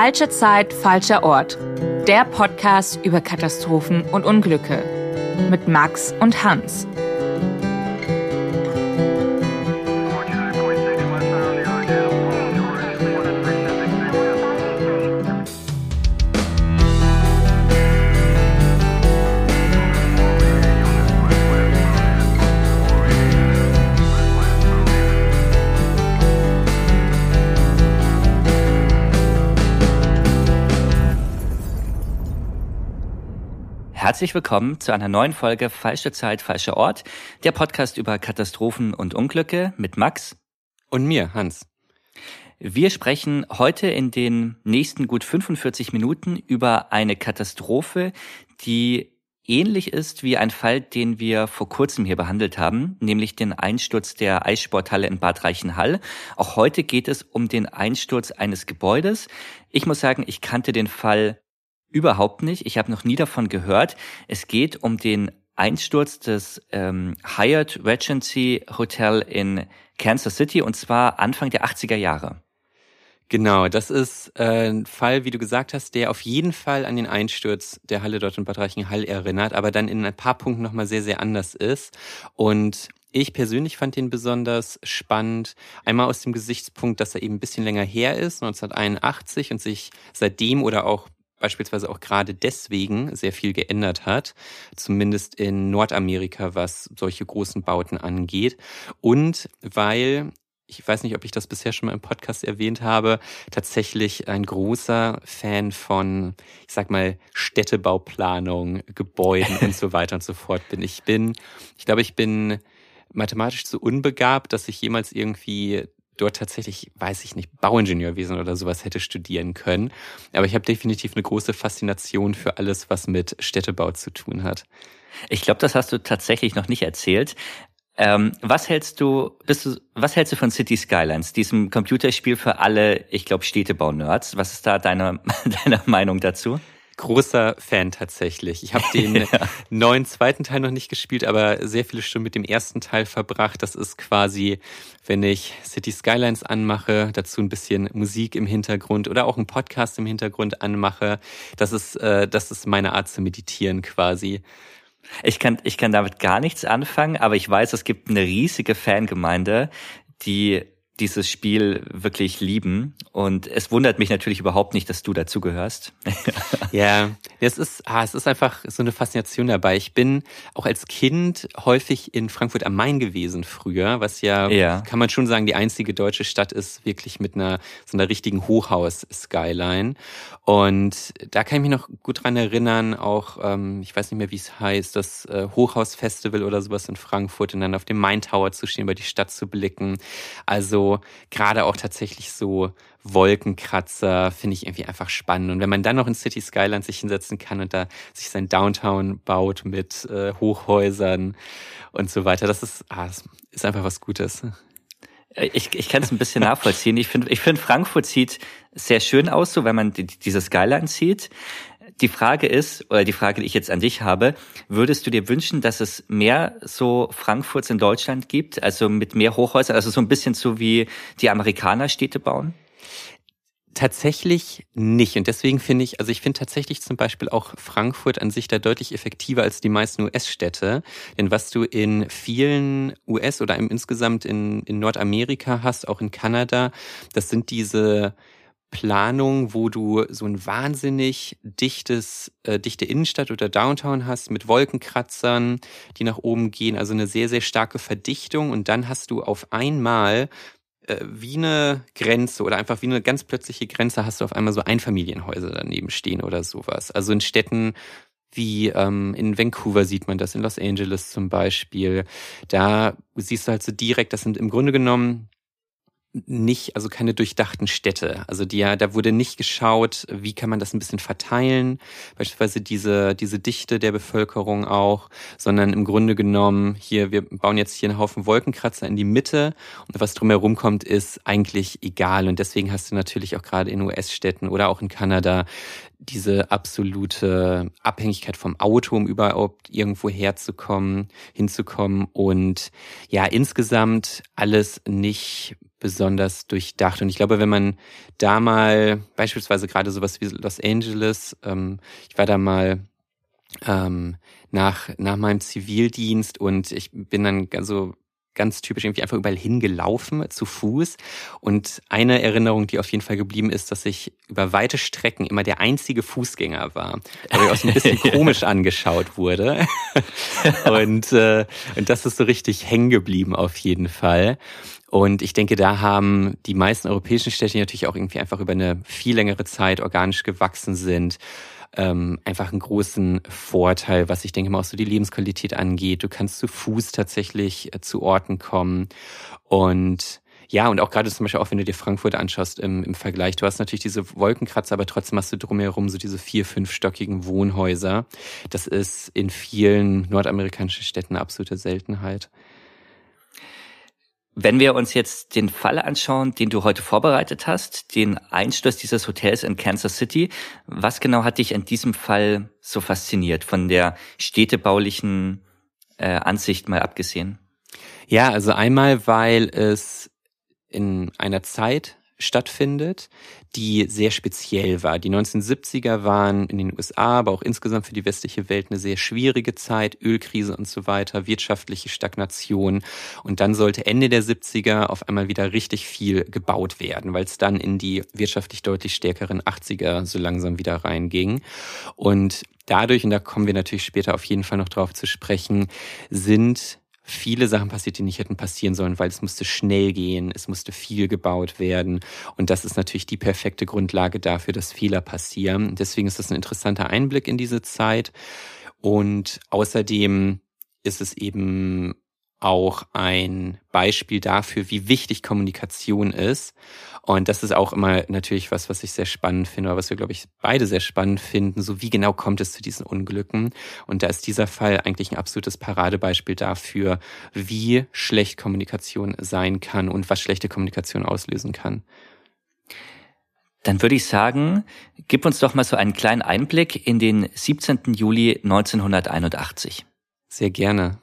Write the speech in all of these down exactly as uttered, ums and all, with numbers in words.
Falsche Zeit, falscher Ort. Der Podcast über Katastrophen und Unglücke. Mit Max und Hans. Herzlich willkommen zu einer neuen Folge Falsche Zeit, falscher Ort, der Podcast über Katastrophen und Unglücke mit Max und mir, Hans. Wir sprechen heute in den nächsten gut fünfundvierzig Minuten über eine Katastrophe, die ähnlich ist wie ein Fall, den wir vor kurzem hier behandelt haben, nämlich den Einsturz der Eissporthalle in Bad Reichenhall. Auch heute geht es um den Einsturz eines Gebäudes. Ich muss sagen, ich kannte den Fall überhaupt nicht. Ich habe noch nie davon gehört. Es geht um den Einsturz des ähm, Hyatt Regency Hotel in Kansas City und zwar Anfang der achtziger Jahre. Genau, das ist äh, ein Fall, wie du gesagt hast, der auf jeden Fall an den Einsturz der Halle dort in Bad Reichenhall erinnert, aber dann in ein paar Punkten nochmal sehr, sehr anders ist. Und ich persönlich fand ihn besonders spannend. Einmal aus dem Gesichtspunkt, dass er eben ein bisschen länger her ist, neunzehnhunderteinundachtzig, und sich seitdem oder auch beispielsweise auch gerade deswegen sehr viel geändert hat, zumindest in Nordamerika, was solche großen Bauten angeht. Und weil, ich weiß nicht, ob ich das bisher schon mal im Podcast erwähnt habe, tatsächlich ein großer Fan von, ich sag mal, Städtebauplanung, Gebäuden und so weiter und so fort bin. Ich bin, ich glaube, ich bin mathematisch so unbegabt, dass ich jemals irgendwie dort tatsächlich, weiß ich nicht, Bauingenieurwesen oder sowas hätte studieren können. Aber ich habe definitiv eine große Faszination für alles, was mit Städtebau zu tun hat. Ich glaube, das hast du tatsächlich noch nicht erzählt. Ähm, was hältst du, bist du, was hältst du von City Skylines, diesem Computerspiel für alle, ich glaube, Städtebau-Nerds? Was ist da deine, deine Meinung dazu? Großer Fan tatsächlich. Ich habe den ja. neuen zweiten Teil noch nicht gespielt, aber sehr viele Stunden mit dem ersten Teil verbracht. Das ist quasi, wenn ich City Skylines anmache, dazu ein bisschen Musik im Hintergrund oder auch einen Podcast im Hintergrund anmache. Das ist, äh, das ist meine Art zu meditieren quasi. Ich kann, ich kann damit gar nichts anfangen, aber ich weiß, es gibt eine riesige Fangemeinde, die dieses Spiel wirklich lieben. Und es wundert mich natürlich überhaupt nicht, dass du dazu gehörst. Ja, es ist, ah, es ist einfach so eine Faszination dabei. Ich bin auch als Kind häufig in Frankfurt am Main gewesen früher, was ja, ja, kann man schon sagen, die einzige deutsche Stadt ist, wirklich mit einer so einer richtigen Hochhaus-Skyline. Und da kann ich mich noch gut dran erinnern, auch, ähm, ich weiß nicht mehr, wie es heißt, das äh, Hochhaus-Festival oder sowas in Frankfurt und dann auf dem Main Tower zu stehen, über die Stadt zu blicken. Also gerade auch tatsächlich so Wolkenkratzer finde ich irgendwie einfach spannend. Und wenn man dann noch in City Skylines sich hinsetzen kann und da sich sein Downtown baut mit äh, Hochhäusern und so weiter, das ist, ah, das ist einfach was Gutes. Ich, ich kann es ein bisschen nachvollziehen. Ich finde, ich finde Frankfurt sieht sehr schön aus, so wenn man die, diese Skyline sieht. Die Frage ist, oder die Frage, die ich jetzt an dich habe, würdest du dir wünschen, dass es mehr so Frankfurts in Deutschland gibt, also mit mehr Hochhäusern, also so ein bisschen so wie die Amerikaner Städte bauen? Tatsächlich nicht. Und deswegen finde ich, also ich finde tatsächlich zum Beispiel auch Frankfurt an sich da deutlich effektiver als die meisten U S-Städte. Denn was du in vielen U S- oder insgesamt in, in Nordamerika hast, auch in Kanada, das sind diese Planung, wo du so ein wahnsinnig dichtes, äh, dichte Innenstadt oder Downtown hast mit Wolkenkratzern, die nach oben gehen, also eine sehr, sehr starke Verdichtung, und dann hast du auf einmal äh, wie eine Grenze oder einfach wie eine ganz plötzliche Grenze hast du auf einmal so Einfamilienhäuser daneben stehen oder sowas. Also in Städten wie ähm, in Vancouver sieht man das, in Los Angeles zum Beispiel, da siehst du halt so direkt, das sind im Grunde genommen nicht, also keine durchdachten Städte. Also die, da wurde nicht geschaut, wie kann man das ein bisschen verteilen, beispielsweise diese diese Dichte der Bevölkerung auch, sondern im Grunde genommen, hier, wir bauen jetzt hier einen Haufen Wolkenkratzer in die Mitte und was drumherum kommt, ist eigentlich egal. Und deswegen hast du natürlich auch gerade in U S-Städten oder auch in Kanada diese absolute Abhängigkeit vom Auto, um überhaupt irgendwo herzukommen, hinzukommen, und ja, insgesamt alles nicht besonders durchdacht. Und ich glaube, wenn man da mal beispielsweise gerade sowas wie Los Angeles, ähm, ich war da mal ähm, nach nach meinem Zivildienst und ich bin dann so ganz typisch irgendwie einfach überall hingelaufen, zu Fuß. Und eine Erinnerung, die auf jeden Fall geblieben ist, dass ich über weite Strecken immer der einzige Fußgänger war, weil ich auch so ein bisschen komisch angeschaut wurde. und, äh, und das ist so richtig hängen geblieben auf jeden Fall. Und ich denke, da haben die meisten europäischen Städte, die natürlich auch irgendwie einfach über eine viel längere Zeit organisch gewachsen sind, Ähm, einfach einen großen Vorteil, was ich denke mal auch so die Lebensqualität angeht. Du kannst zu Fuß tatsächlich äh, zu Orten kommen und ja, und auch gerade zum Beispiel auch, wenn du dir Frankfurt anschaust im, im Vergleich, du hast natürlich diese Wolkenkratzer, aber trotzdem hast du drumherum so diese vier-, fünfstöckigen Wohnhäuser. Das ist in vielen nordamerikanischen Städten eine absolute Seltenheit. Wenn wir uns jetzt den Fall anschauen, den du heute vorbereitet hast, den Einsturz dieses Hotels in Kansas City, was genau hat dich an diesem Fall so fasziniert, von der städtebaulichen äh, Ansicht mal abgesehen? Ja, also einmal, weil es in einer Zeit stattfindet, die sehr speziell war. Die neunzehnhundertsiebziger waren in den U S A, aber auch insgesamt für die westliche Welt eine sehr schwierige Zeit, Ölkrise und so weiter, wirtschaftliche Stagnation. Und dann sollte Ende der siebziger auf einmal wieder richtig viel gebaut werden, weil es dann in die wirtschaftlich deutlich stärkeren achtziger so langsam wieder reinging. Und dadurch, und da kommen wir natürlich später auf jeden Fall noch drauf zu sprechen, sind viele Sachen passiert, die nicht hätten passieren sollen, weil es musste schnell gehen, es musste viel gebaut werden und das ist natürlich die perfekte Grundlage dafür, dass Fehler passieren. Deswegen ist das ein interessanter Einblick in diese Zeit und außerdem ist es eben auch ein Beispiel dafür, wie wichtig Kommunikation ist. Und das ist auch immer natürlich was, was ich sehr spannend finde, oder was wir, glaube ich, beide sehr spannend finden. So wie genau kommt es zu diesen Unglücken? Und da ist dieser Fall eigentlich ein absolutes Paradebeispiel dafür, wie schlecht Kommunikation sein kann und was schlechte Kommunikation auslösen kann. Dann würde ich sagen, gib uns doch mal so einen kleinen Einblick in den siebzehnten Juli neunzehnhunderteinundachtzig. Sehr gerne.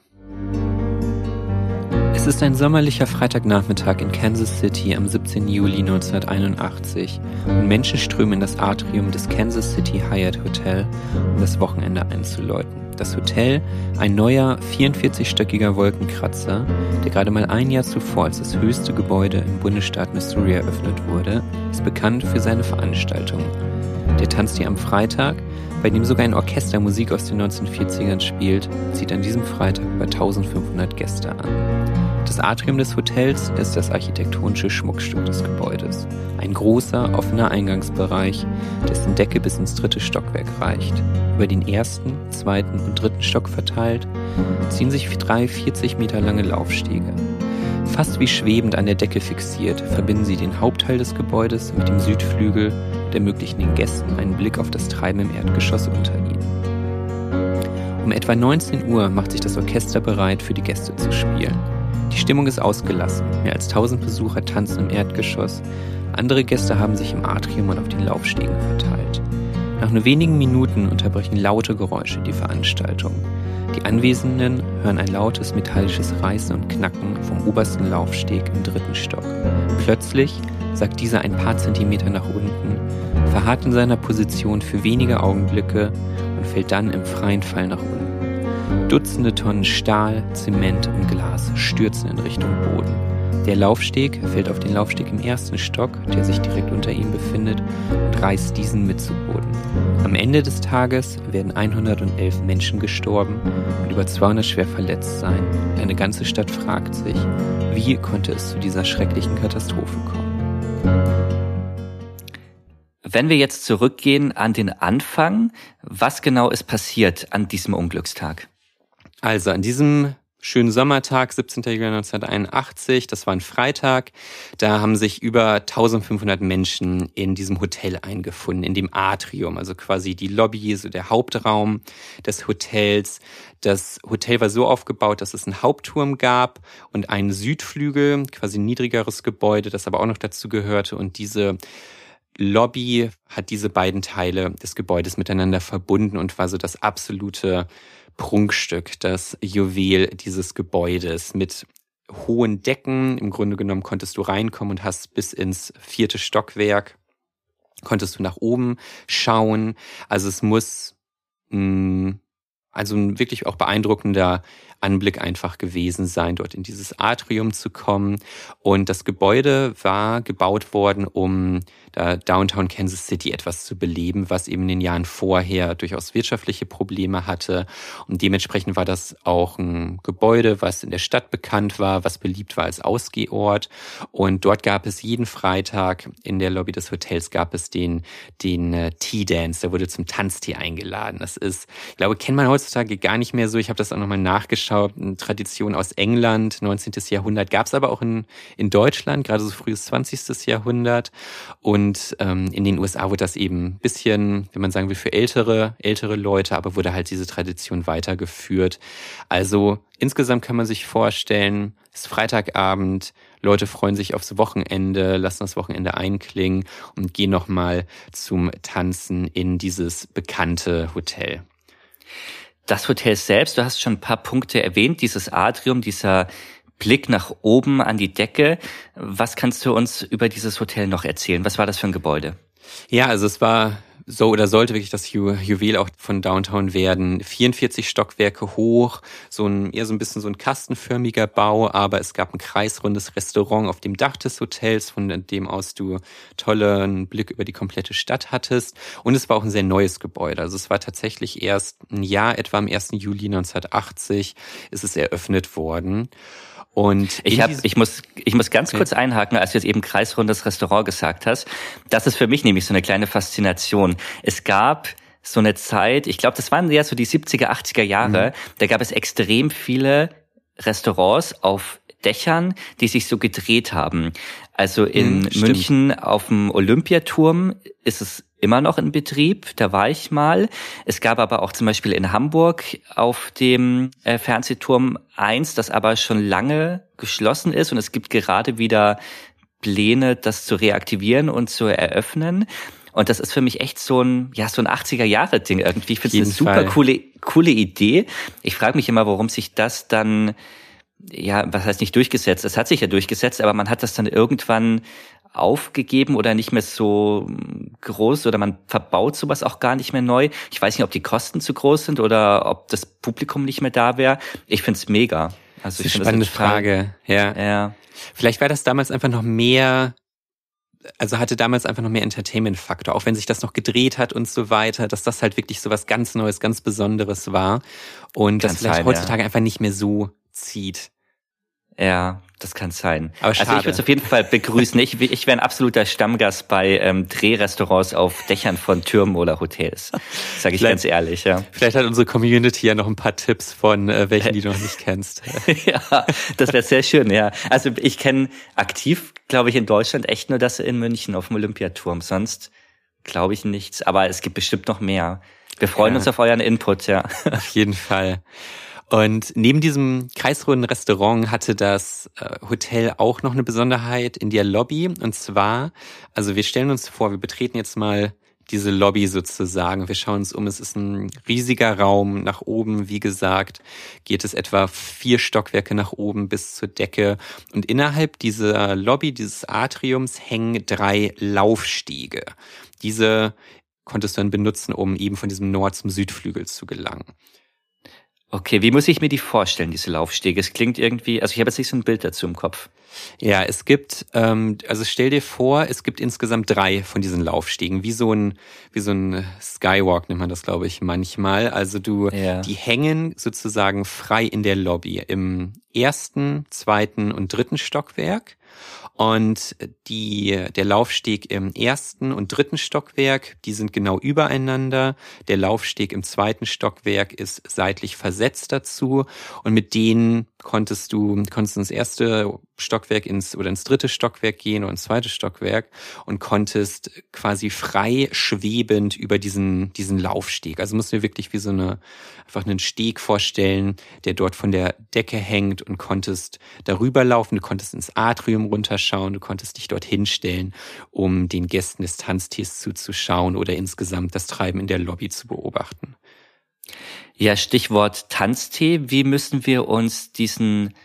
Es ist ein sommerlicher Freitagnachmittag in Kansas City am siebzehnten Juli neunzehnhunderteinundachtzig und Menschen strömen in das Atrium des Kansas City Hyatt Hotel, um das Wochenende einzuläuten. Das Hotel, ein neuer vierundvierzigstöckiger Wolkenkratzer, der gerade mal ein Jahr zuvor als das höchste Gebäude im Bundesstaat Missouri eröffnet wurde, ist bekannt für seine Veranstaltungen. Der Tanz, die am Freitag, bei dem sogar ein Orchester Musik aus den neunzehnhundertvierzigern spielt, zieht an diesem Freitag über eintausendfünfhundert Gäste an. Das Atrium des Hotels ist das architektonische Schmuckstück des Gebäudes. Ein großer, offener Eingangsbereich, dessen Decke bis ins dritte Stockwerk reicht. Über den ersten, zweiten und dritten Stock verteilt ziehen sich drei vierzig Meter lange Laufstege. Fast wie schwebend an der Decke fixiert, verbinden sie den Hauptteil des Gebäudes mit dem Südflügel und ermöglichen den Gästen einen Blick auf das Treiben im Erdgeschoss unter ihnen. Um etwa neunzehn Uhr macht sich das Orchester bereit, für die Gäste zu spielen. Die Stimmung ist ausgelassen, mehr als tausend Besucher tanzen im Erdgeschoss, andere Gäste haben sich im Atrium und auf den Laufstegen verteilt. Nach nur wenigen Minuten unterbrechen laute Geräusche die Veranstaltung. Die Anwesenden hören ein lautes metallisches Reißen und Knacken vom obersten Laufsteg im dritten Stock. Plötzlich sagt dieser ein paar Zentimeter nach unten, verharrt in seiner Position für wenige Augenblicke und fällt dann im freien Fall nach unten. Dutzende Tonnen Stahl, Zement und Glas stürzen in Richtung Boden. Der Laufsteg fällt auf den Laufsteg im ersten Stock, der sich direkt unter ihm befindet, und reißt diesen mit zu Boden. Am Ende des Tages werden hundertelf Menschen gestorben und über zweihundert schwer verletzt sein. Eine ganze Stadt fragt sich, wie konnte es zu dieser schrecklichen Katastrophe kommen? Wenn wir jetzt zurückgehen an den Anfang, was genau ist passiert an diesem Unglückstag? Also an diesem schönen Sommertag, siebzehnten Juli neunzehnhunderteinundachtzig, das war ein Freitag, da haben sich über eintausendfünfhundert Menschen in diesem Hotel eingefunden, in dem Atrium, also quasi die Lobby, so der Hauptraum des Hotels. Das Hotel war so aufgebaut, dass es einen Hauptturm gab und einen Südflügel, quasi ein niedrigeres Gebäude, das aber auch noch dazu gehörte, und diese Lobby hat diese beiden Teile des Gebäudes miteinander verbunden und war so das absolute Prunkstück, das Juwel dieses Gebäudes mit hohen Decken. Im Grunde genommen konntest du reinkommen und hast bis ins vierte Stockwerk, konntest du nach oben schauen. Also es muss mh, also ein wirklich auch beeindruckender Anblick einfach gewesen sein, dort in dieses Atrium zu kommen. Und das Gebäude war gebaut worden, um da Downtown Kansas City etwas zu beleben, was eben in den Jahren vorher durchaus wirtschaftliche Probleme hatte. Und dementsprechend war das auch ein Gebäude, was in der Stadt bekannt war, was beliebt war als Ausgehort. Und dort gab es jeden Freitag in der Lobby des Hotels gab es den, den äh, Tea-Dance. Der wurde zum Tanztee eingeladen. Das ist, ich glaube, kennt man heutzutage gar nicht mehr so. Ich habe das auch nochmal nachgeschaut. Eine Tradition aus England, neunzehnten. Jahrhundert, gab es aber auch in, in Deutschland, gerade so frühes zwanzigsten. Jahrhundert. Und ähm, in den U S A wurde das eben ein bisschen, wenn man sagen will, für ältere, ältere Leute, aber wurde halt diese Tradition weitergeführt. Also insgesamt kann man sich vorstellen, es ist Freitagabend, Leute freuen sich aufs Wochenende, lassen das Wochenende einklingen und gehen nochmal zum Tanzen in dieses bekannte Hotel. Das Hotel selbst, du hast schon ein paar Punkte erwähnt, dieses Atrium, dieser Blick nach oben an die Decke. Was kannst du uns über dieses Hotel noch erzählen? Was war das für ein Gebäude? Ja, also es war so oder sollte wirklich das Ju- Juwel auch von Downtown werden. vierundvierzig Stockwerke hoch, so ein eher so ein bisschen so ein kastenförmiger Bau, aber es gab ein kreisrundes Restaurant auf dem Dach des Hotels, von dem aus du tollen Blick über die komplette Stadt hattest. Und es war auch ein sehr neues Gebäude. Also es war tatsächlich erst ein Jahr, etwa am ersten Juli neunzehnhundertachtzig, ist es eröffnet worden. Und ich hab, ich muss, ich muss ganz kurz einhaken, als du jetzt eben kreisrundes Restaurant gesagt hast. Das ist für mich nämlich so eine kleine Faszination. Es gab so eine Zeit, ich glaube, das waren ja so die siebziger, achtziger Jahre, mhm. da gab es extrem viele Restaurants auf Dächern, die sich so gedreht haben. Also in mhm, München auf dem Olympiaturm ist es immer noch in Betrieb, da war ich mal. Es gab aber auch zum Beispiel in Hamburg auf dem äh, Fernsehturm eins, das aber schon lange geschlossen ist und es gibt gerade wieder Pläne, das zu reaktivieren und zu eröffnen. Und das ist für mich echt so ein, ja, so ein achtziger-Jahre-Ding irgendwie. Ich finde es eine super Fall. coole, coole Idee. Ich frage mich immer, warum sich das dann, ja, was heißt nicht durchgesetzt? Es hat sich ja durchgesetzt, aber man hat das dann irgendwann aufgegeben oder nicht mehr so groß oder man verbaut sowas auch gar nicht mehr neu. Ich weiß nicht, ob die Kosten zu groß sind oder ob das Publikum nicht mehr da wäre. Ich find's mega. Also das ist ich eine spannende Frage. Ja. ja. Vielleicht war das damals einfach noch mehr, also hatte damals einfach noch mehr Entertainment-Faktor, auch wenn sich das noch gedreht hat und so weiter, dass das halt wirklich so was ganz Neues, ganz Besonderes war und das vielleicht sein, heutzutage ja. einfach nicht mehr so zieht. Ja, das kann sein. Aber schade. Also ich würde es auf jeden Fall begrüßen. Ich, ich wäre ein absoluter Stammgast bei ähm, Drehrestaurants auf Dächern von Türmen oder Hotels. Sage ich vielleicht, ganz ehrlich, ja. Vielleicht hat unsere Community ja noch ein paar Tipps von äh, welchen, die du noch nicht kennst. Ja, das wäre sehr schön, ja. Also ich kenne aktiv, glaube ich, in Deutschland echt nur das in München auf dem Olympiaturm. Sonst glaube ich nichts. Aber es gibt bestimmt noch mehr. Wir freuen ja. uns auf euren Input, ja. Auf jeden Fall. Und neben diesem kreisrunden Restaurant hatte das äh, Hotel auch noch eine Besonderheit in der Lobby. Und zwar, also wir stellen uns vor, wir betreten jetzt mal diese Lobby sozusagen. Wir schauen uns um, es ist ein riesiger Raum. Nach oben, wie gesagt, geht es etwa vier Stockwerke nach oben bis zur Decke. Und innerhalb dieser Lobby, dieses Atriums, hängen drei Laufstege. Diese konntest du dann benutzen, um eben von diesem Nord- zum Südflügel zu gelangen. Okay, wie muss ich mir die vorstellen, diese Laufstege? Es klingt irgendwie, also ich habe jetzt nicht so ein Bild dazu im Kopf. Ja, es gibt, ähm, also stell dir vor, es gibt insgesamt drei von diesen Laufstegen, wie so ein, wie so ein Skywalk nennt man das, glaube ich, manchmal. Also du, ja. die hängen sozusagen frei in der Lobby im ersten, zweiten und dritten Stockwerk. Und die, der Laufsteg im ersten und dritten Stockwerk, die sind genau übereinander. Der Laufsteg im zweiten Stockwerk ist seitlich versetzt dazu. Und mit denen konntest du, konntest du ins erste Stockwerk ins, oder ins dritte Stockwerk gehen oder ins zweite Stockwerk und konntest quasi frei schwebend über diesen, diesen Laufsteg. Also musst du dir wirklich wie so eine, einfach einen Steg vorstellen, der dort von der Decke hängt und konntest darüber laufen. Du konntest ins Atrium runterschauen. Du konntest dich dort hinstellen, um den Gästen des Tanztees zuzuschauen oder insgesamt das Treiben in der Lobby zu beobachten. Ja, Stichwort Tanztee. Wie müssen wir uns diesen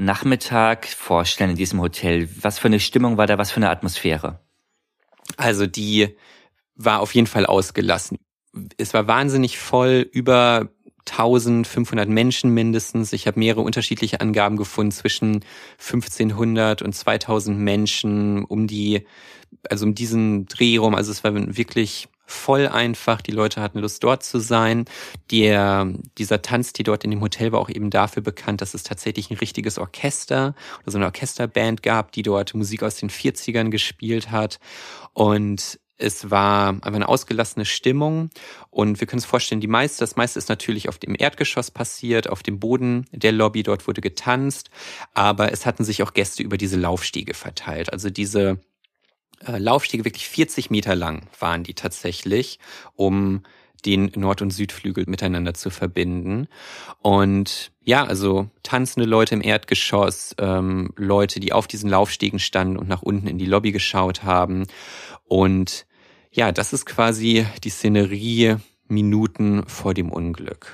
Nachmittag vorstellen in diesem Hotel? Was für eine Stimmung war da, was für eine Atmosphäre? Also die war auf jeden Fall ausgelassen. Es war wahnsinnig voll, über eintausendfünfhundert Menschen mindestens. Ich habe mehrere unterschiedliche Angaben gefunden, zwischen fünfzehnhundert und zweitausend Menschen, um die, also um diesen Dreh rum. Also es war wirklich voll einfach. Die Leute hatten Lust, dort zu sein. Der, dieser Tanztee dort in dem Hotel war auch eben dafür bekannt, dass es tatsächlich ein richtiges Orchester oder so eine Orchesterband gab, die dort Musik aus den vierzigern gespielt hat. Und es war einfach eine ausgelassene Stimmung und wir können uns vorstellen, die meiste, das meiste ist natürlich auf dem Erdgeschoss passiert, auf dem Boden der Lobby, dort wurde getanzt, aber es hatten sich auch Gäste über diese Laufstege verteilt. Also diese äh, Laufstege, wirklich vierzig Meter lang waren die tatsächlich, um den Nord- und Südflügel miteinander zu verbinden. Und ja, also tanzende Leute im Erdgeschoss, ähm, Leute, die auf diesen Laufstegen standen und nach unten in die Lobby geschaut haben. Und ja, das ist quasi die Szenerie Minuten vor dem Unglück.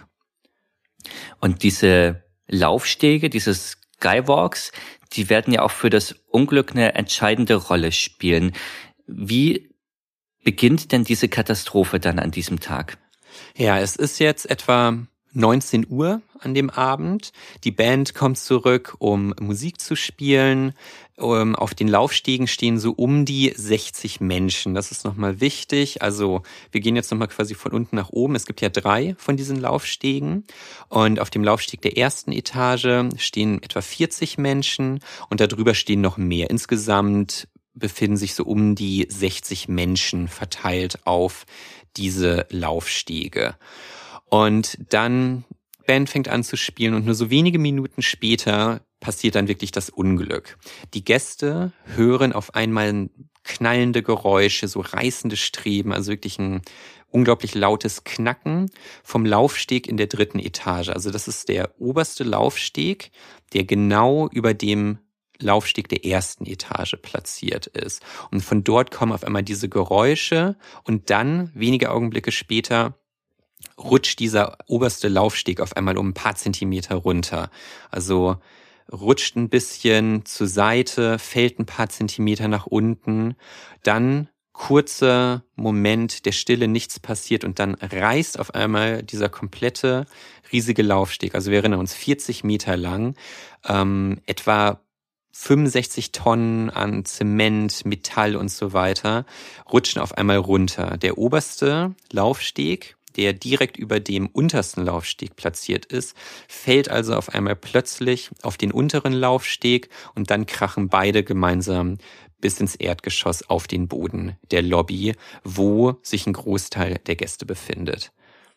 Und diese Laufstege, diese Skywalks, die werden ja auch für das Unglück eine entscheidende Rolle spielen. Wie beginnt denn diese Katastrophe dann an diesem Tag? Ja, es ist jetzt etwa neunzehn Uhr an dem Abend. Die Band kommt zurück, um Musik zu spielen. Um, auf den Laufstegen stehen so um die sechzig Menschen. Das ist nochmal wichtig. Also wir gehen jetzt nochmal quasi von unten nach oben. Es gibt ja drei von diesen Laufstegen. Und auf dem Laufsteg der ersten Etage stehen etwa vierzig Menschen und darüber stehen noch mehr. Insgesamt befinden sich so um die sechzig Menschen verteilt auf diese Laufstege. Und dann, Band fängt an zu spielen und nur so wenige Minuten später passiert dann wirklich das Unglück. Die Gäste hören auf einmal knallende Geräusche, so reißende Streben, also wirklich ein unglaublich lautes Knacken vom Laufsteg in der dritten Etage. Also das ist der oberste Laufsteg, der genau über dem Laufsteg der ersten Etage platziert ist. Und von dort kommen auf einmal diese Geräusche und dann, wenige Augenblicke später, rutscht dieser oberste Laufsteg auf einmal um ein paar Zentimeter runter. Also rutscht ein bisschen zur Seite, fällt ein paar Zentimeter nach unten, dann kurzer Moment der Stille, nichts passiert und dann reißt auf einmal dieser komplette riesige Laufsteg, also wir erinnern uns, vierzig Meter lang, ähm, etwa fünfundsechzig Tonnen an Zement, Metall und so weiter, rutschen auf einmal runter. Der oberste Laufsteg, der direkt über dem untersten Laufsteg platziert ist, fällt also auf einmal plötzlich auf den unteren Laufsteg und dann krachen beide gemeinsam bis ins Erdgeschoss auf den Boden der Lobby, wo sich ein Großteil der Gäste befindet.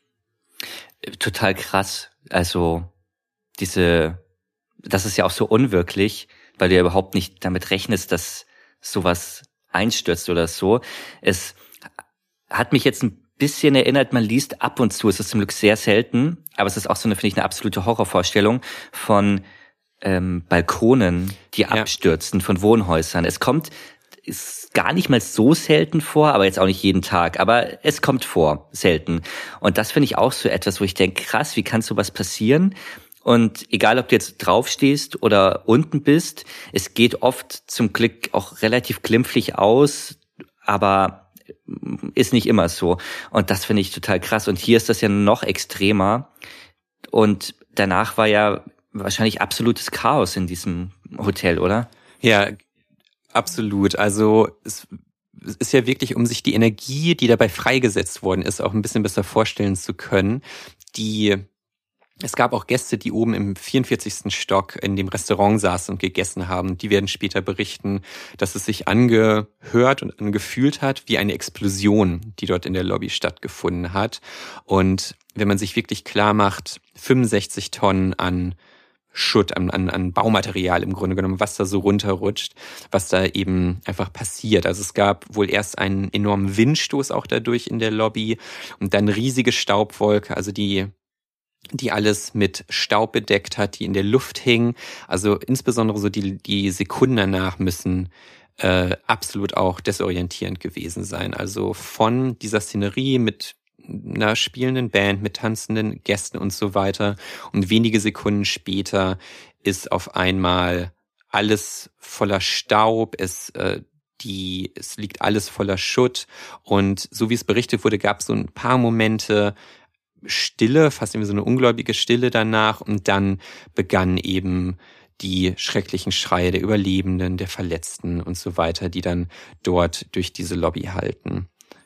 Total krass. Also diese, das ist ja auch so unwirklich, weil du ja überhaupt nicht damit rechnest, dass sowas einstürzt oder so. Es hat mich jetzt ein bisschen erinnert, man liest ab und zu, es ist zum Glück sehr selten, aber es ist auch so eine, finde ich, eine absolute Horrorvorstellung von ähm, Balkonen, die ja. abstürzen, von Wohnhäusern. Es kommt, ist gar nicht mal so selten vor, aber jetzt auch nicht jeden Tag, aber es kommt vor, selten. Und das finde ich auch so etwas, wo ich denke, krass, wie kann sowas passieren? Und egal, ob du jetzt draufstehst oder unten bist, es geht oft zum Glück auch relativ glimpflich aus, aber ist nicht immer so. Und das finde ich total krass. Und hier ist das ja noch extremer. Und danach war ja wahrscheinlich absolutes Chaos in diesem Hotel, oder? Ja, absolut. Also es ist ja wirklich, um sich die Energie, die dabei freigesetzt worden ist, auch ein bisschen besser vorstellen zu können, die Es gab auch Gäste, die oben im vierundvierzigsten Stock in dem Restaurant saßen und gegessen haben. Die werden später berichten, dass es sich angehört und angefühlt hat wie eine Explosion, die dort in der Lobby stattgefunden hat. Und wenn man sich wirklich klar macht, fünfundsechzig Tonnen an Schutt, an, an, an Baumaterial im Grunde genommen, was da so runterrutscht, was da eben einfach passiert. Also es gab wohl erst einen enormen Windstoß auch dadurch in der Lobby und dann riesige Staubwolke, also die die alles mit Staub bedeckt hat, die in der Luft hing. Also insbesondere so die, die Sekunden danach müssen äh, absolut auch desorientierend gewesen sein. Also von dieser Szenerie mit einer spielenden Band, mit tanzenden Gästen und so weiter und wenige Sekunden später ist auf einmal alles voller Staub, es äh, die es liegt alles voller Schutt und so wie es berichtet wurde, gab es so ein paar Momente Stille, fast irgendwie so eine ungläubige Stille danach und dann begann eben die schrecklichen Schreie der Überlebenden, der Verletzten und so weiter, die dann dort durch diese Lobby halten.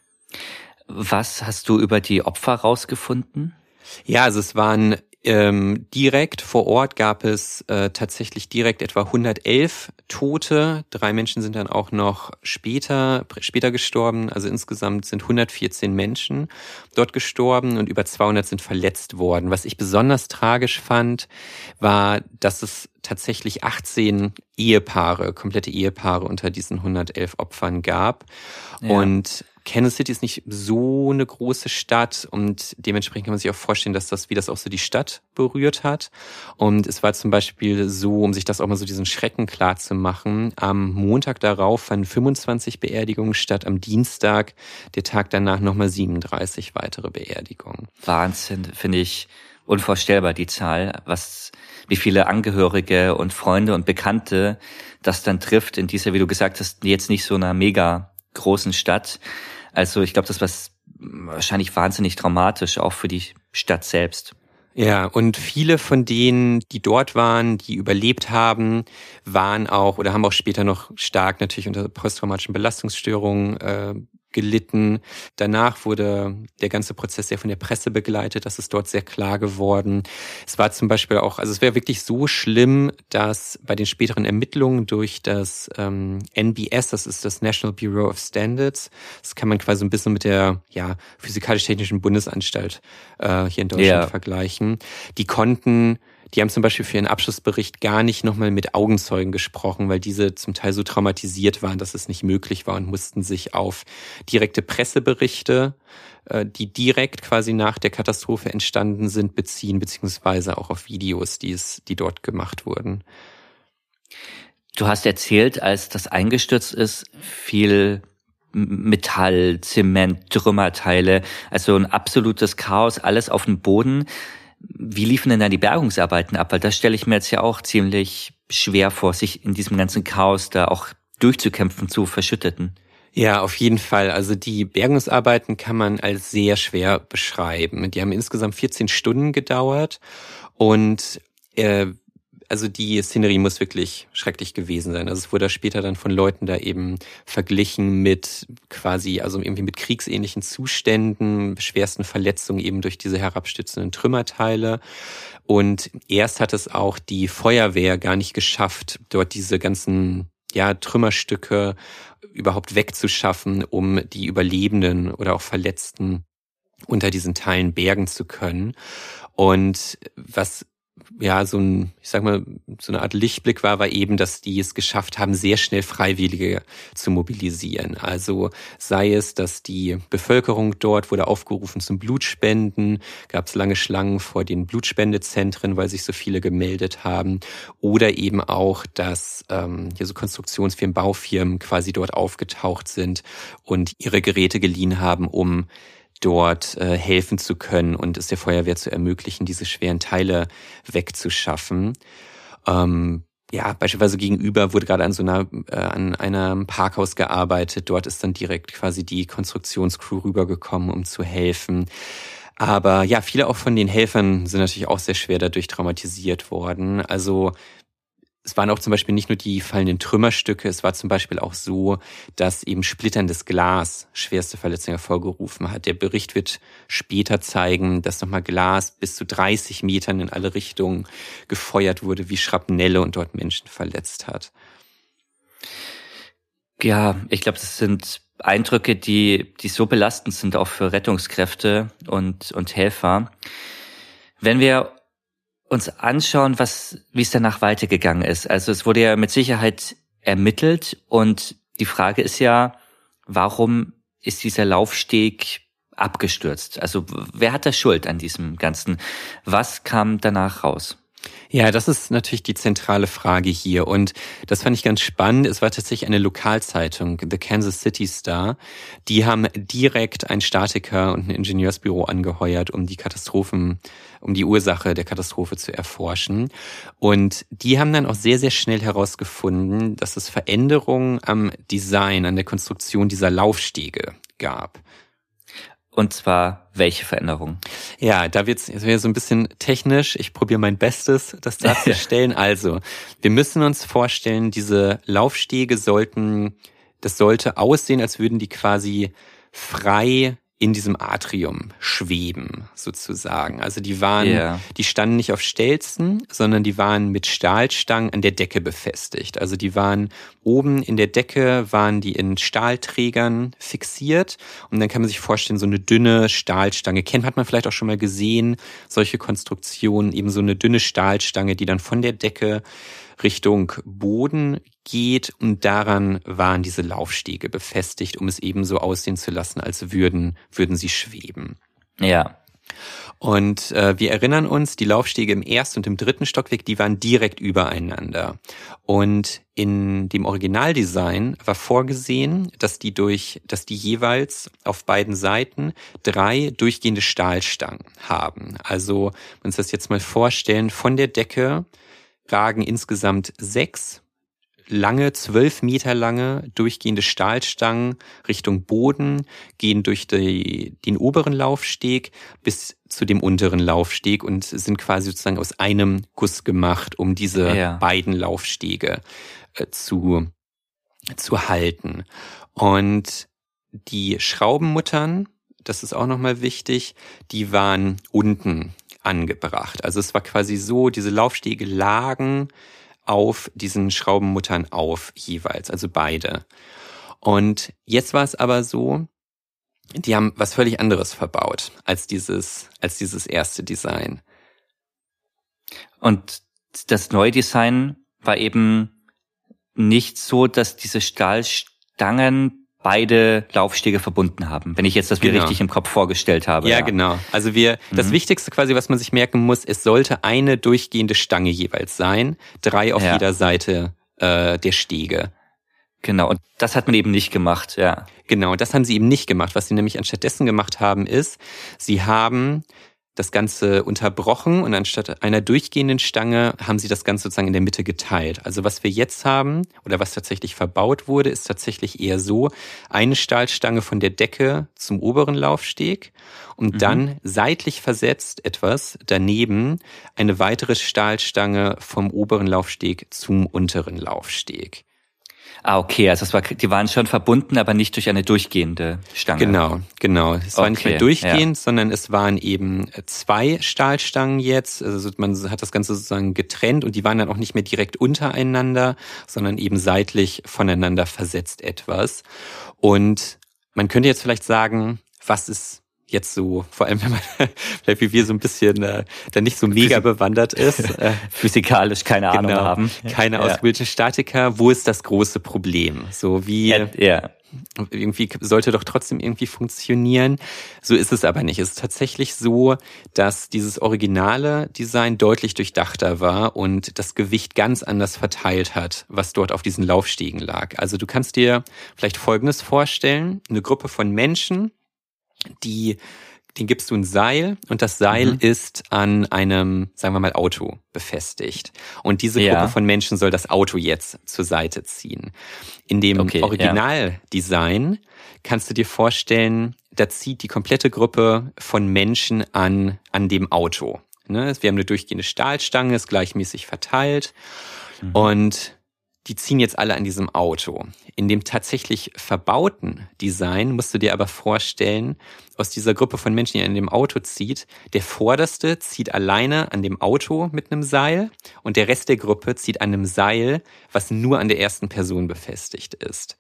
Was hast du über die Opfer rausgefunden? Ja, also es waren ähm, direkt vor Ort gab es äh, tatsächlich direkt etwa hundertelf Tote. Drei Menschen sind dann auch noch später später gestorben. Also insgesamt sind hundertvierzehn Menschen dort gestorben und über zweihundert sind verletzt worden. Was ich besonders tragisch fand, war, dass es tatsächlich achtzehn Ehepaare, komplette Ehepaare unter diesen hundertelf Opfern gab. Ja. Und Kansas City ist nicht so eine große Stadt und dementsprechend kann man sich auch vorstellen, dass das, wie das auch so die Stadt berührt hat. Und es war zum Beispiel so, um sich das auch mal so diesen Schrecken klar zu machen, am Montag darauf fanden fünfundzwanzig Beerdigungen statt, am Dienstag, der Tag danach nochmal siebenunddreißig weitere Beerdigungen. Wahnsinn, finde ich unvorstellbar, die Zahl, was, wie viele Angehörige und Freunde und Bekannte das dann trifft in dieser, wie du gesagt hast, jetzt nicht so einer mega großen Stadt. Also ich glaube, das war wahrscheinlich wahnsinnig traumatisch, auch für die Stadt selbst. Ja, und viele von denen, die dort waren, die überlebt haben, waren auch oder haben auch später noch stark natürlich unter posttraumatischen Belastungsstörungen äh, gelitten. Danach wurde der ganze Prozess sehr von der Presse begleitet. Das ist dort sehr klar geworden. Es war zum Beispiel auch, also es wäre wirklich so schlimm, dass bei den späteren Ermittlungen durch das ähm, N B S, das ist das National Bureau of Standards, das kann man quasi ein bisschen mit der ja Physikalisch-Technischen Bundesanstalt äh, hier in Deutschland ja. vergleichen. Die konnten Die haben zum Beispiel für ihren Abschlussbericht gar nicht nochmal mit Augenzeugen gesprochen, weil diese zum Teil so traumatisiert waren, dass es nicht möglich war und mussten sich auf direkte Presseberichte, die direkt quasi nach der Katastrophe entstanden sind, beziehen, beziehungsweise auch auf Videos, die es, die dort gemacht wurden. Du hast erzählt, als das eingestürzt ist, viel Metall, Zement, Trümmerteile, also ein absolutes Chaos, alles auf dem Boden. Wie liefen denn da die Bergungsarbeiten ab? Weil das stelle ich mir jetzt ja auch ziemlich schwer vor, sich in diesem ganzen Chaos da auch durchzukämpfen zu Verschütteten. Ja, auf jeden Fall. Also die Bergungsarbeiten kann man als sehr schwer beschreiben. Die haben insgesamt vierzehn Stunden gedauert und äh, also die Szenerie muss wirklich schrecklich gewesen sein. Also es wurde später dann von Leuten da eben verglichen mit quasi, also irgendwie mit kriegsähnlichen Zuständen, schwersten Verletzungen eben durch diese herabstürzenden Trümmerteile. Und erst hat es auch die Feuerwehr gar nicht geschafft, dort diese ganzen ja Trümmerstücke überhaupt wegzuschaffen, um die Überlebenden oder auch Verletzten unter diesen Teilen bergen zu können. Und was ja, so ein, ich sag mal, so eine Art Lichtblick war, war eben, dass die es geschafft haben, sehr schnell Freiwillige zu mobilisieren. Also sei es, dass die Bevölkerung dort wurde aufgerufen zum Blutspenden, gab es lange Schlangen vor den Blutspendezentren, weil sich so viele gemeldet haben, oder eben auch, dass ähm, hier so Konstruktionsfirmen, Baufirmen quasi dort aufgetaucht sind und ihre Geräte geliehen haben, um dort äh, helfen zu können und es der Feuerwehr zu ermöglichen, diese schweren Teile wegzuschaffen. Ähm, ja, beispielsweise gegenüber wurde gerade an so einer äh, an einem Parkhaus gearbeitet. Dort ist dann direkt quasi die Konstruktionscrew rübergekommen, um zu helfen. Aber ja, viele auch von den Helfern sind natürlich auch sehr schwer dadurch traumatisiert worden. Also es waren auch zum Beispiel nicht nur die fallenden Trümmerstücke, es war zum Beispiel auch so, dass eben splitterndes Glas schwerste Verletzungen hervorgerufen hat. Der Bericht wird später zeigen, dass nochmal Glas bis zu dreißig Metern in alle Richtungen gefeuert wurde, wie Schrapnelle und dort Menschen verletzt hat. Ja, ich glaube, das sind Eindrücke, die, die so belastend sind, auch für Rettungskräfte und, und Helfer. Wenn wir uns anschauen, was, wie es danach weitergegangen ist. Also es wurde ja mit Sicherheit ermittelt und die Frage ist ja, warum ist dieser Laufsteg abgestürzt? Also wer hat da Schuld an diesem Ganzen? Was kam danach raus? Ja, das ist natürlich die zentrale Frage hier und das fand ich ganz spannend. Es war tatsächlich eine Lokalzeitung, The Kansas City Star. Die haben direkt einen Statiker und ein Ingenieursbüro angeheuert, um die Katastrophen, um die Ursache der Katastrophe zu erforschen. Und die haben dann auch sehr, sehr schnell herausgefunden, dass es Veränderungen am Design, an der Konstruktion dieser Laufstege gab. Und zwar, welche Veränderungen? Ja, da wird's jetzt wieder so ein bisschen technisch. Ich probiere mein Bestes, das darzustellen. Also, wir müssen uns vorstellen, diese Laufstege sollten, das sollte aussehen, als würden die quasi frei in diesem Atrium schweben, sozusagen. Also die waren, yeah. die standen nicht auf Stelzen, sondern die waren mit Stahlstangen an der Decke befestigt. Also die waren oben in der Decke, waren die in Stahlträgern fixiert. Und dann kann man sich vorstellen, so eine dünne Stahlstange, kennt, hat man vielleicht auch schon mal gesehen, solche Konstruktionen, eben so eine dünne Stahlstange, die dann von der Decke Richtung Boden geht und daran waren diese Laufstege befestigt, um es eben so aussehen zu lassen, als würden, würden sie schweben. Ja. Und äh, wir erinnern uns, die Laufstege im ersten und im dritten Stockwerk, die waren direkt übereinander. Und in dem Originaldesign war vorgesehen, dass die durch, dass die jeweils auf beiden Seiten drei durchgehende Stahlstangen haben. Also, wenn wir uns das jetzt mal vorstellen, von der Decke ragen insgesamt sechs lange, zwölf Meter lange durchgehende Stahlstangen Richtung Boden, gehen durch die, den oberen Laufsteg bis zu dem unteren Laufsteg und sind quasi sozusagen aus einem Guss gemacht, um diese ja. beiden Laufstege äh, zu, zu halten. Und die Schraubenmuttern, das ist auch nochmal wichtig, die waren unten angebracht. Also es war quasi so, diese Laufstege lagen auf diesen Schraubenmuttern auf jeweils, also beide. Und jetzt war es aber so, die haben was völlig anderes verbaut als dieses, als dieses erste Design. Und das neue Design war eben nicht so, dass diese Stahlstangen beide Laufstege verbunden haben, wenn ich jetzt das mir genau. richtig im Kopf vorgestellt habe. Ja, ja. genau. Also wir, mhm. das Wichtigste quasi, was man sich merken muss, es sollte eine durchgehende Stange jeweils sein, drei auf ja. jeder Seite äh, der Stege. Genau, und das hat man eben nicht gemacht, ja. Genau, das haben sie eben nicht gemacht. Was sie nämlich anstattdessen gemacht haben, ist, sie haben das Ganze unterbrochen und anstatt einer durchgehenden Stange haben sie das Ganze sozusagen in der Mitte geteilt. Also was wir jetzt haben oder was tatsächlich verbaut wurde, ist tatsächlich eher so, eine Stahlstange von der Decke zum oberen Laufsteg und mhm. dann seitlich versetzt etwas daneben eine weitere Stahlstange vom oberen Laufsteg zum unteren Laufsteg. Ah, okay, also es war, die waren schon verbunden, aber nicht durch eine durchgehende Stange. Genau, genau. Es okay, war nicht mehr durchgehend, ja. sondern es waren eben zwei Stahlstangen jetzt. Also man hat das Ganze sozusagen getrennt und die waren dann auch nicht mehr direkt untereinander, sondern eben seitlich voneinander versetzt etwas. Und man könnte jetzt vielleicht sagen, was ist jetzt so, vor allem wenn man vielleicht wie wir so ein bisschen äh, da nicht so mega Physik- bewandert ist. Äh, Physikalisch keine Ahnung genau, haben. Keine ja. ausgebildeten Statiker. Wo ist das große Problem? So wie ja, ja. irgendwie sollte doch trotzdem irgendwie funktionieren. So ist es aber nicht. Es ist tatsächlich so, dass dieses originale Design deutlich durchdachter war und das Gewicht ganz anders verteilt hat, was dort auf diesen Laufstegen lag. Also du kannst dir vielleicht Folgendes vorstellen. Eine Gruppe von Menschen, die, den gibst du ein Seil und das Seil mhm. ist an einem, sagen wir mal, Auto befestigt. Und diese Gruppe ja. von Menschen soll das Auto jetzt zur Seite ziehen. In dem okay, Originaldesign ja. kannst du dir vorstellen, da zieht die komplette Gruppe von Menschen an, an dem Auto. Ne? Wir haben eine durchgehende Stahlstange, ist gleichmäßig verteilt mhm. und die ziehen jetzt alle an diesem Auto. In dem tatsächlich verbauten Design musst du dir aber vorstellen, aus dieser Gruppe von Menschen, die an dem Auto zieht, der Vorderste zieht alleine an dem Auto mit einem Seil und der Rest der Gruppe zieht an einem Seil, was nur an der ersten Person befestigt ist.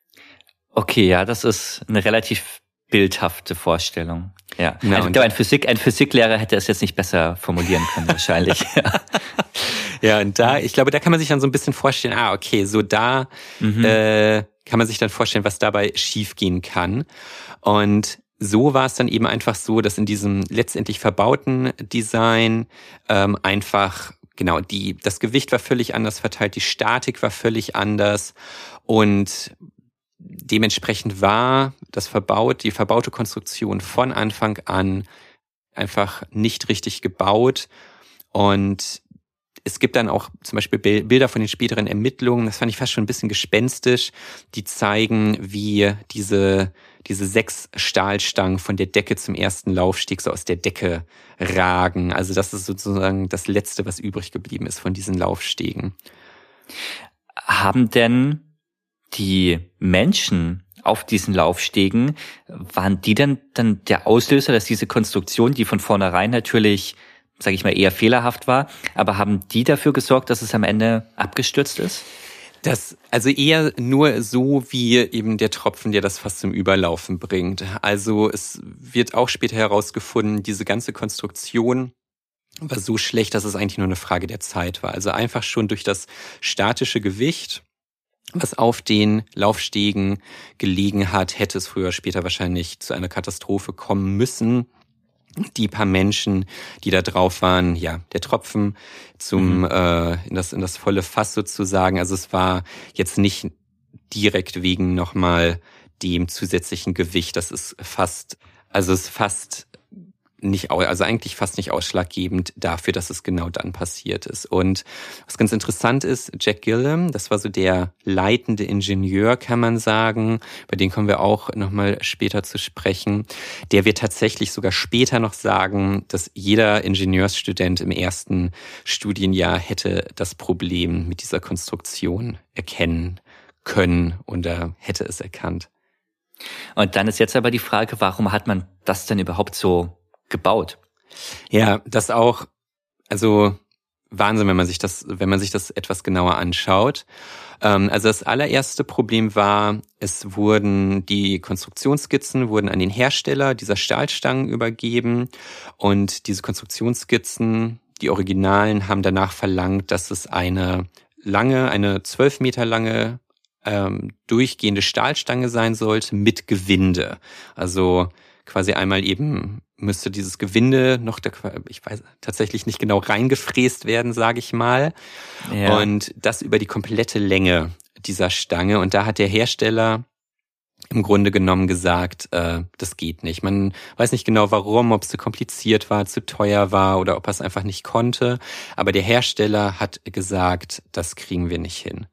Okay, ja, das ist eine relativ bildhafte Vorstellung. Ja, ja also, ich glaube, ein, Physik, ein Physiklehrer hätte es jetzt nicht besser formulieren können, wahrscheinlich. ja. Ja, und da, ich glaube, da kann man sich dann so ein bisschen vorstellen, ah, okay, so da mhm. äh, kann man sich dann vorstellen, was dabei schiefgehen kann. Und so war es dann eben einfach so, dass in diesem letztendlich verbauten Design ähm, einfach genau, die, das Gewicht war völlig anders verteilt, die Statik war völlig anders und dementsprechend war das verbaut, die verbaute Konstruktion von Anfang an einfach nicht richtig gebaut. Und es gibt dann auch zum Beispiel Bilder von den späteren Ermittlungen, das fand ich fast schon ein bisschen gespenstisch, die zeigen, wie diese, diese sechs Stahlstangen von der Decke zum ersten Laufsteg so aus der Decke ragen. Also das ist sozusagen das Letzte, was übrig geblieben ist von diesen Laufstegen. Haben denn die Menschen auf diesen Laufstegen, waren die denn dann der Auslöser, dass diese Konstruktion, die von vornherein natürlich, sage ich mal, eher fehlerhaft war, aber haben die dafür gesorgt, dass es am Ende abgestürzt ist? Das, also eher nur so wie eben der Tropfen, der das Fass zum Überlaufen bringt. Also es wird auch später herausgefunden, diese ganze Konstruktion war so schlecht, dass es eigentlich nur eine Frage der Zeit war. Also einfach schon durch das statische Gewicht, was auf den Laufstegen gelegen hat, hätte es früher oder später wahrscheinlich zu einer Katastrophe kommen müssen. Die paar Menschen, die da drauf waren, ja, der Tropfen zum mhm. äh, in das in das volle Fass sozusagen. Also es war jetzt nicht direkt wegen nochmal dem zusätzlichen Gewicht. Das ist fast, also es ist fast nicht, also eigentlich fast nicht ausschlaggebend dafür, dass es genau dann passiert ist. Und was ganz interessant ist, Jack Gillam, das war so der leitende Ingenieur, kann man sagen, bei dem kommen wir auch nochmal später zu sprechen. Der wird tatsächlich sogar später noch sagen, dass jeder Ingenieursstudent im ersten Studienjahr hätte das Problem mit dieser Konstruktion erkennen können und er hätte es erkannt. Und dann ist jetzt aber die Frage, warum hat man das denn überhaupt so gebaut? Ja, das auch, also Wahnsinn, wenn man sich das, wenn man sich das etwas genauer anschaut. Ähm, also das allererste Problem war, es wurden die Konstruktionsskizzen wurden an den Hersteller dieser Stahlstangen übergeben und diese Konstruktionsskizzen, die Originalen, haben danach verlangt, dass es eine lange, eine zwölf Meter lange ähm, durchgehende Stahlstange sein sollte mit Gewinde. Also quasi einmal eben müsste dieses Gewinde noch, da, ich weiß tatsächlich nicht genau, reingefräst werden, sage ich mal. Ja. Und das über die komplette Länge dieser Stange. Und da hat der Hersteller im Grunde genommen gesagt, äh, das geht nicht. Man weiß nicht genau warum, ob es zu kompliziert war, zu teuer war oder ob er es einfach nicht konnte. Aber der Hersteller hat gesagt, das kriegen wir nicht hin.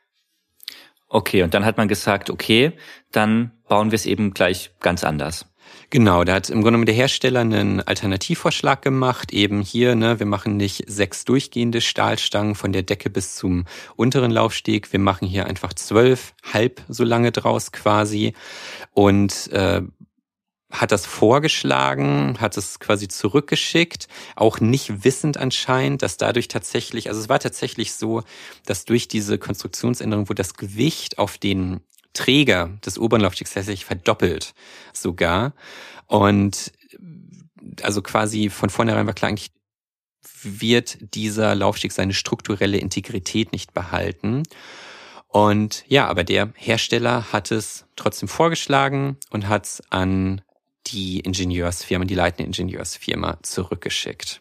Okay, und dann hat man gesagt, okay, dann bauen wir es eben gleich ganz anders. Genau, da hat im Grunde genommen der Hersteller einen Alternativvorschlag gemacht, eben hier, ne, wir machen nicht sechs durchgehende Stahlstangen von der Decke bis zum unteren Laufsteg, wir machen hier einfach zwölf, halb so lange draus quasi und äh, hat das vorgeschlagen, hat es quasi zurückgeschickt, auch nicht wissend anscheinend, dass dadurch tatsächlich, also es war tatsächlich so, dass durch diese Konstruktionsänderung, wo das Gewicht auf den Träger des oberen Laufstegs tatsächlich verdoppelt sogar. Und also quasi von vornherein war klar, eigentlich wird dieser Laufsteg seine strukturelle Integrität nicht behalten. Und ja, aber der Hersteller hat es trotzdem vorgeschlagen und hat es an die Ingenieursfirma, die leitende Ingenieursfirma zurückgeschickt.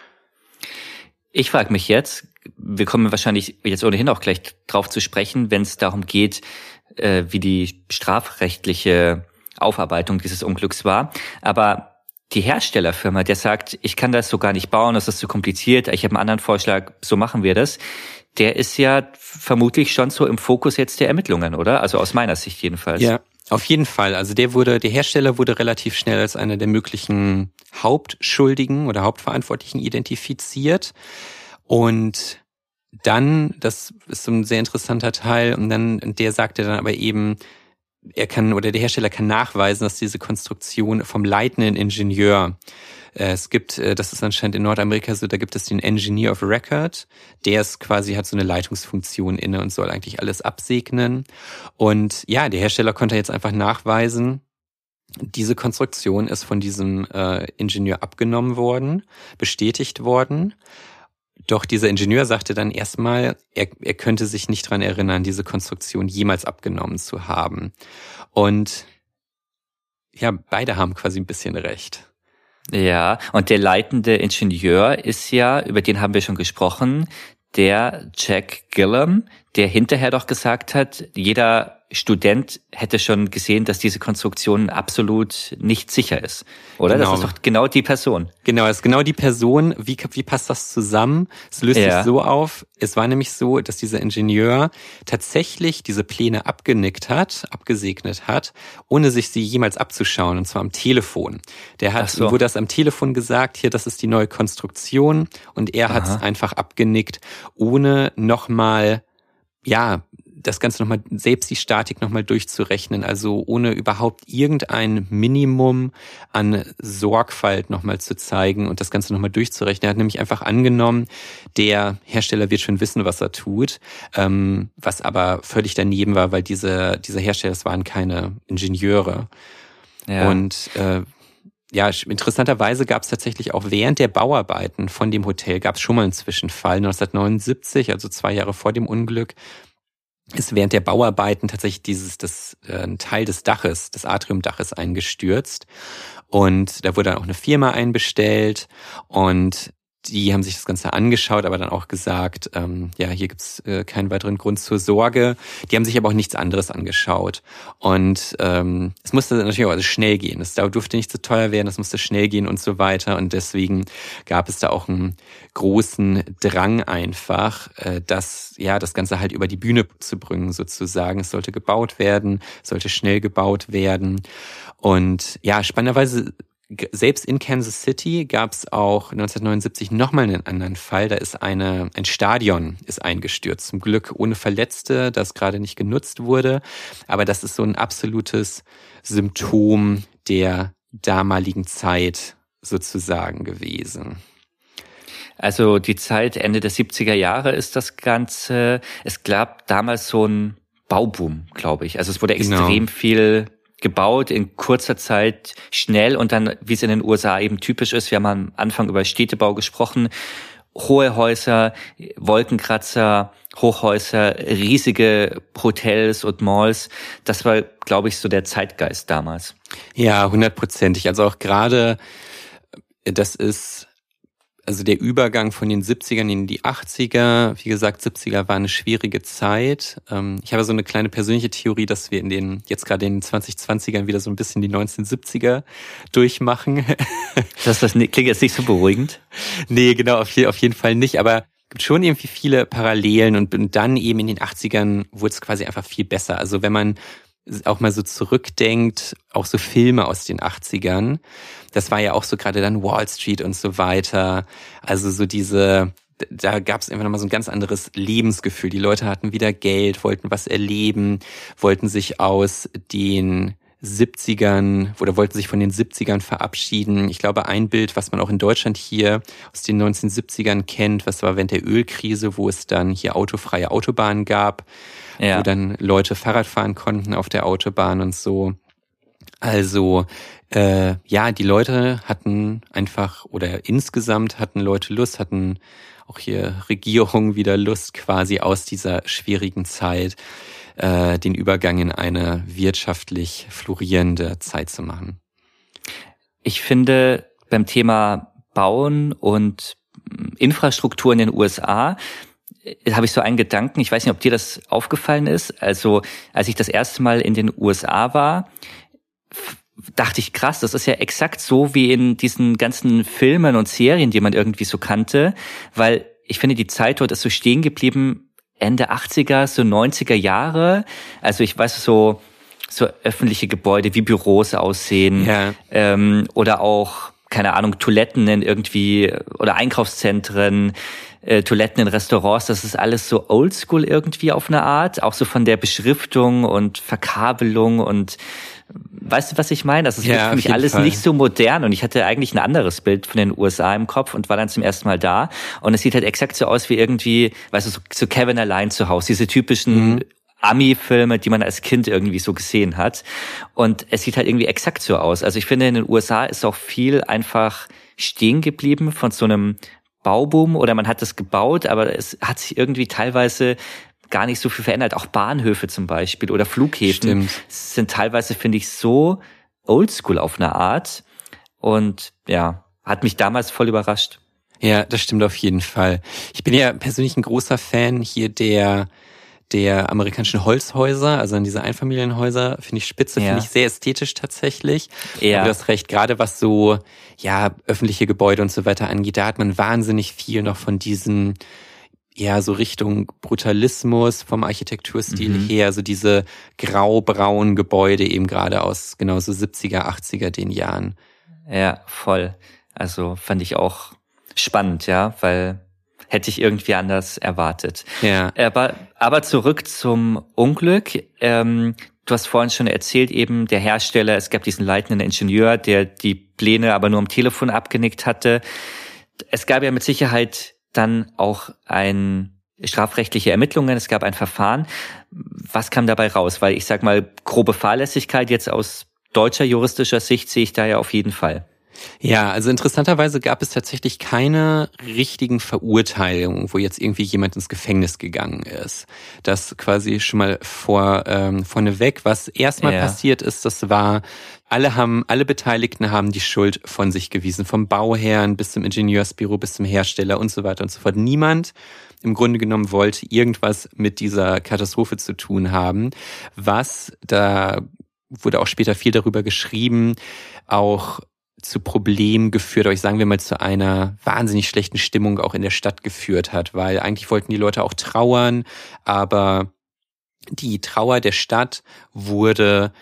Ich frage mich jetzt, wir kommen wahrscheinlich jetzt ohnehin auch gleich drauf zu sprechen, wenn es darum geht, wie die strafrechtliche Aufarbeitung dieses Unglücks war. Aber die Herstellerfirma, der sagt, ich kann das so gar nicht bauen, das ist zu kompliziert, ich habe einen anderen Vorschlag, so machen wir das. Der ist ja vermutlich schon so im Fokus jetzt der Ermittlungen, oder? Also aus meiner Sicht jedenfalls. Ja, auf jeden Fall. Also der wurde, der Hersteller wurde relativ schnell als einer der möglichen Hauptschuldigen oder Hauptverantwortlichen identifiziert. Und dann, das ist so ein sehr interessanter Teil, und dann, der sagte dann aber eben, er kann, oder der Hersteller kann nachweisen, dass diese Konstruktion vom leitenden Ingenieur, äh, es gibt, äh, das ist anscheinend in Nordamerika so, da gibt es den Engineer of Record, der ist quasi, hat so eine Leitungsfunktion inne und soll eigentlich alles absegnen. Und ja, der Hersteller konnte jetzt einfach nachweisen, diese Konstruktion ist von diesem äh, Ingenieur abgenommen worden, bestätigt worden. Doch dieser Ingenieur sagte dann erstmal, er, er könnte sich nicht dran erinnern, diese Konstruktion jemals abgenommen zu haben. Und ja, beide haben quasi ein bisschen recht. Ja, und der leitende Ingenieur ist ja, über den haben wir schon gesprochen, der Jack Gillam, der hinterher doch gesagt hat, jeder Student hätte schon gesehen, dass diese Konstruktion absolut nicht sicher ist. Oder? Genau. Das ist doch genau die Person. Genau, das ist genau die Person. Wie, wie passt das zusammen? Es löst ja. sich so auf. Es war nämlich so, dass dieser Ingenieur tatsächlich diese Pläne abgenickt hat, abgesegnet hat, ohne sich sie jemals abzuschauen, und zwar am Telefon. Der hat, so. wurde das am Telefon gesagt, hier, das ist die neue Konstruktion, und er hat es einfach abgenickt, ohne nochmal, ja, das Ganze nochmal, selbst die Statik nochmal durchzurechnen, also ohne überhaupt irgendein Minimum an Sorgfalt nochmal zu zeigen und das Ganze nochmal durchzurechnen. Er hat nämlich einfach angenommen, der Hersteller wird schon wissen, was er tut, ähm, was aber völlig daneben war, weil diese, diese Hersteller, das waren keine Ingenieure. Ja. Und äh, ja, interessanterweise gab es tatsächlich auch während der Bauarbeiten von dem Hotel, gab es schon mal einen Zwischenfall, neunzehnhundertneunundsiebzig, also zwei Jahre vor dem Unglück, ist während der Bauarbeiten tatsächlich dieses, das, äh, ein Teil des Daches, des Atriumdaches eingestürzt. Und da wurde dann auch eine Firma einbestellt, und die haben sich das Ganze angeschaut, aber dann auch gesagt, ähm, ja, hier gibt's äh, keinen weiteren Grund zur Sorge. Die haben sich aber auch nichts anderes angeschaut. Und ähm, es musste natürlich auch also schnell gehen. Es durfte nicht zu teuer werden, es musste schnell gehen und so weiter. Und deswegen gab es da auch einen großen Drang einfach, äh, das, ja, das Ganze halt über die Bühne zu bringen sozusagen. Es sollte gebaut werden, es sollte schnell gebaut werden. Und ja, spannenderweise, selbst in Kansas City gab es auch neunzehnhundertneunundsiebzig nochmal einen anderen Fall. Da ist eine, ein Stadion ist eingestürzt. Zum Glück ohne Verletzte, das gerade nicht genutzt wurde. Aber das ist so ein absolutes Symptom der damaligen Zeit sozusagen gewesen. Also die Zeit Ende der siebziger Jahre ist das Ganze. Es gab damals so einen Bauboom, glaube ich. Also es wurde extrem genau. viel gebaut in kurzer Zeit, schnell, und dann, wie es in den U S A eben typisch ist, wir haben am Anfang über Städtebau gesprochen, hohe Häuser, Wolkenkratzer, Hochhäuser, riesige Hotels und Malls, das war, glaube ich, so der Zeitgeist damals. Ja, hundertprozentig. Also auch gerade, das ist also der Übergang von den siebzigern in die achtziger, wie gesagt, siebziger war eine schwierige Zeit. Ich habe so eine kleine persönliche Theorie, dass wir in den, jetzt gerade in den zwanzig zwanzigern wieder so ein bisschen die neunzehnhundertsiebziger durchmachen. Das, das klingt jetzt nicht so beruhigend. Nee, genau, auf jeden Fall nicht, aber es gibt schon irgendwie viele Parallelen, und dann eben in den achtzigern wurde es quasi einfach viel besser. Also wenn man auch mal so zurückdenkt, auch so Filme aus den achtzigern, das war ja auch so gerade dann Wall Street und so weiter, also so diese, da gab es einfach nochmal so ein ganz anderes Lebensgefühl. Die Leute hatten wieder Geld, wollten was erleben, wollten sich aus den siebzigern oder wollten sich von den siebzigern verabschieden. Ich glaube, ein Bild, was man auch in Deutschland hier aus den neunzehnhundertsiebzigern kennt, was war während der Ölkrise, wo es dann hier autofreie Autobahnen gab, ja. wo dann Leute Fahrrad fahren konnten auf der Autobahn und so. Also äh, ja, die Leute hatten einfach, oder insgesamt hatten Leute Lust, hatten auch hier Regierungen wieder Lust, quasi aus dieser schwierigen Zeit äh, den Übergang in eine wirtschaftlich florierende Zeit zu machen. Ich finde, beim Thema Bauen und Infrastruktur in den U S A habe ich so einen Gedanken, ich weiß nicht, ob dir das aufgefallen ist. Also als ich das erste Mal in den U S A war, dachte ich, krass, das ist ja exakt so wie in diesen ganzen Filmen und Serien, die man irgendwie so kannte, weil ich finde, die Zeit dort ist so stehen geblieben, Ende achtziger, so neunziger Jahre. Also ich weiß, so so öffentliche Gebäude wie Büros aussehen, ja. ähm, oder auch, keine Ahnung, Toiletten in irgendwie, oder Einkaufszentren, äh, Toiletten in Restaurants, das ist alles so oldschool irgendwie auf eine Art, auch so von der Beschriftung und Verkabelung und weißt du, was ich meine? Das ist ja, für mich alles Fall. Nicht so modern, und ich hatte eigentlich ein anderes Bild von den U S A im Kopf und war dann zum ersten Mal da, und es sieht halt exakt so aus wie irgendwie, weißt du, so, so Kevin allein zu Hause, diese typischen mhm. Ami-Filme, die man als Kind irgendwie so gesehen hat, und es sieht halt irgendwie exakt so aus. Also ich finde, in den U S A ist auch viel einfach stehen geblieben von so einem Bauboom, oder man hat das gebaut, aber es hat sich irgendwie teilweise gar nicht so viel verändert. Auch Bahnhöfe zum Beispiel oder Flughäfen Stimmt. sind teilweise, finde ich, so oldschool auf eine Art. Und ja, hat mich damals voll überrascht. Ja, das stimmt auf jeden Fall. Ich bin ja persönlich ein großer Fan hier der der amerikanischen Holzhäuser, also an diese Einfamilienhäuser, finde ich spitze, ja. Finde ich sehr ästhetisch tatsächlich. Ja. Aber du hast recht, gerade was so ja öffentliche Gebäude und so weiter angeht, da hat man wahnsinnig viel noch von diesen ja so Richtung Brutalismus vom Architekturstil mhm. her, so diese grau-braunen Gebäude eben gerade aus genau so siebziger, achtziger den Jahren. Ja, voll. Also fand ich auch spannend, ja, weil hätte ich irgendwie anders erwartet. Ja. Aber, aber zurück zum Unglück. Ähm, du hast vorhin schon erzählt, eben der Hersteller, es gab diesen leitenden Ingenieur, der die Pläne aber nur am Telefon abgenickt hatte. Es gab ja mit Sicherheit dann auch ein strafrechtliche Ermittlungen, es gab ein Verfahren. Was kam dabei raus? Weil ich sag mal, grobe Fahrlässigkeit jetzt aus deutscher juristischer Sicht sehe ich da ja auf jeden Fall. Ja, also interessanterweise gab es tatsächlich keine richtigen Verurteilungen, wo jetzt irgendwie jemand ins Gefängnis gegangen ist. Das quasi schon mal vor ähm, vorneweg. Was erstmal ja. passiert ist, das war, alle haben, alle Beteiligten haben die Schuld von sich gewiesen, vom Bauherrn bis zum Ingenieursbüro bis zum Hersteller und so weiter und so fort. Niemand im Grunde genommen wollte irgendwas mit dieser Katastrophe zu tun haben, was, da wurde auch später viel darüber geschrieben, auch zu Problemen geführt, oder sagen wir mal zu einer wahnsinnig schlechten Stimmung auch in der Stadt geführt hat, weil eigentlich wollten die Leute auch trauern, aber die Trauer der Stadt wurde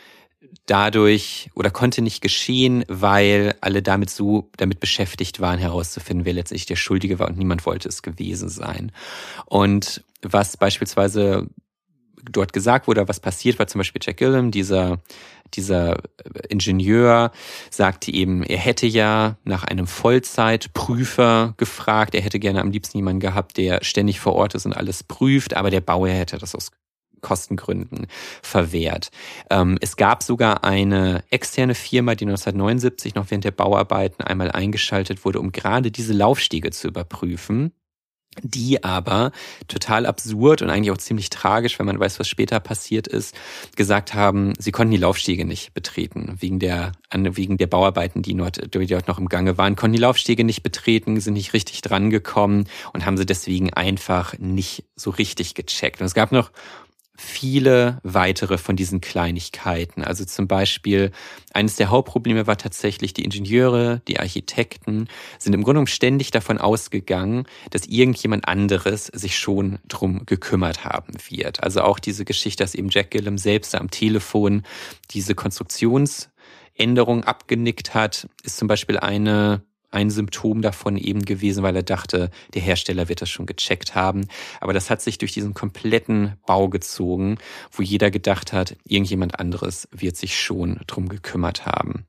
dadurch oder konnte nicht geschehen, weil alle damit so damit beschäftigt waren, herauszufinden, wer letztlich der Schuldige war und niemand wollte es gewesen sein. Und was beispielsweise dort gesagt wurde, was passiert war, zum Beispiel Jack Gillam, dieser dieser Ingenieur, sagte eben, er hätte ja nach einem Vollzeitprüfer gefragt, er hätte gerne am liebsten jemanden gehabt, der ständig vor Ort ist und alles prüft, aber der Bauherr hätte das aus Kostengründen verwehrt. Ähm, es gab sogar eine externe Firma, die neunzehnhundertneunundsiebzig noch während der Bauarbeiten einmal eingeschaltet wurde, um gerade diese Laufstege zu überprüfen, die aber total absurd und eigentlich auch ziemlich tragisch, wenn man weiß, was später passiert ist, gesagt haben, sie konnten die Laufstege nicht betreten, wegen der wegen der Bauarbeiten, die dort, die dort noch im Gange waren, konnten die Laufstege nicht betreten, sind nicht richtig dran gekommen und haben sie deswegen einfach nicht so richtig gecheckt. Und es gab noch viele weitere von diesen Kleinigkeiten. Also zum Beispiel, eines der Hauptprobleme war tatsächlich, die Ingenieure, die Architekten sind im Grunde genommen ständig davon ausgegangen, dass irgendjemand anderes sich schon drum gekümmert haben wird. Also auch diese Geschichte, dass eben Jack Gillam selbst am Telefon diese Konstruktionsänderung abgenickt hat, ist zum Beispiel eine ein Symptom davon eben gewesen, weil er dachte, der Hersteller wird das schon gecheckt haben. Aber das hat sich durch diesen kompletten Bau gezogen, wo jeder gedacht hat, irgendjemand anderes wird sich schon drum gekümmert haben.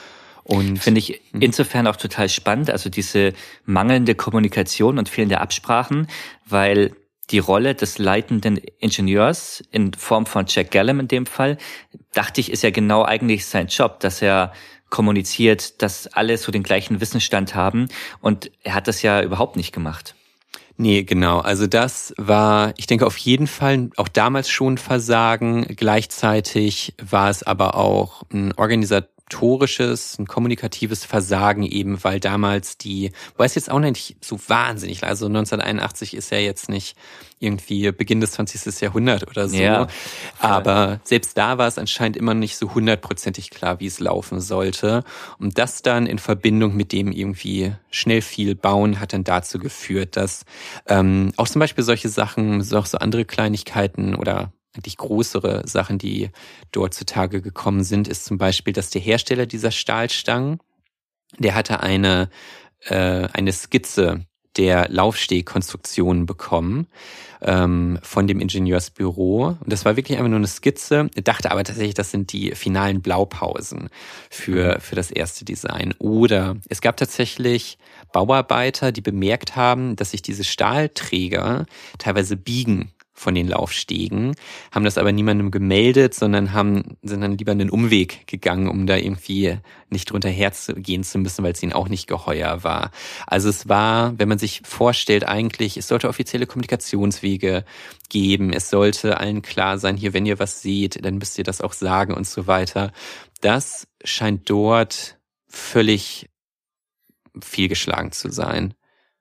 Und finde ich insofern auch total spannend, also diese mangelnde Kommunikation und fehlende Absprachen, weil die Rolle des leitenden Ingenieurs in Form von Jack Gillam in dem Fall, dachte ich, ist ja genau eigentlich sein Job, dass er kommuniziert, dass alle so den gleichen Wissensstand haben, und er hat das ja überhaupt nicht gemacht. Nee, genau. Also das war, ich denke, auf jeden Fall auch damals schon Versagen. Gleichzeitig war es aber auch ein organisatorisches, ein kommunikatives Versagen eben, weil damals die, weiß jetzt auch nicht so wahnsinnig, also neunzehnhunderteinundachtzig ist ja jetzt nicht irgendwie Beginn des zwanzigsten Jahrhunderts oder so. Ja, aber selbst da war es anscheinend immer nicht so hundertprozentig klar, wie es laufen sollte. Und das dann in Verbindung mit dem irgendwie schnell viel bauen hat dann dazu geführt, dass ähm, auch zum Beispiel solche Sachen, so auch so andere Kleinigkeiten oder eigentlich größere Sachen, die dort zutage gekommen sind, ist zum Beispiel, dass der Hersteller dieser Stahlstangen, der hatte eine äh, eine Skizze der Laufstegkonstruktion bekommen ähm, von dem Ingenieursbüro. Und das war wirklich einfach nur eine Skizze. Ich dachte aber tatsächlich, das sind die finalen Blaupausen für für das erste Design. Oder es gab tatsächlich Bauarbeiter, die bemerkt haben, dass sich diese Stahlträger teilweise biegen von den Laufstegen, haben das aber niemandem gemeldet, sondern haben sind dann lieber einen Umweg gegangen, um da irgendwie nicht drunter herzugehen zu müssen, weil es ihnen auch nicht geheuer war. Also es war, wenn man sich vorstellt, eigentlich, es sollte offizielle Kommunikationswege geben, es sollte allen klar sein, hier, wenn ihr was seht, dann müsst ihr das auch sagen und so weiter. Das scheint dort völlig fehlgeschlagen zu sein.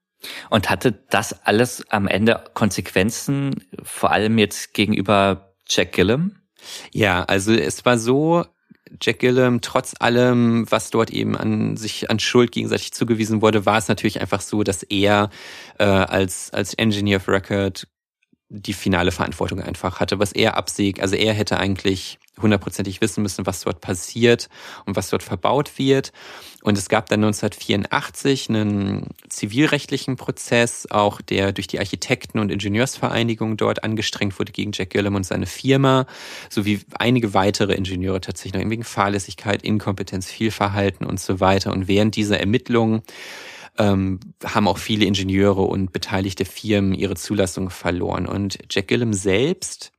Und hatte das alles am Ende Konsequenzen, vor allem jetzt gegenüber Jack Gillam? Ja, also es war so, Jack Gillam, trotz allem, was dort eben an sich an Schuld gegenseitig zugewiesen wurde, war es natürlich einfach so, dass er äh, als als Engineer of Record die finale Verantwortung einfach hatte, was er absägt. Also er hätte eigentlich hundertprozentig wissen müssen, was dort passiert und was dort verbaut wird. Und es gab dann neunzehnhundertvierundachtzig einen zivilrechtlichen Prozess, auch der durch die Architekten- und Ingenieursvereinigung dort angestrengt wurde gegen Jack Gillam und seine Firma, sowie einige weitere Ingenieure tatsächlich noch wegen Fahrlässigkeit, Inkompetenz, Fehlverhalten und so weiter. Und während dieser Ermittlungen ähm, haben auch viele Ingenieure und beteiligte Firmen ihre Zulassung verloren. Und Jack Gillam selbst,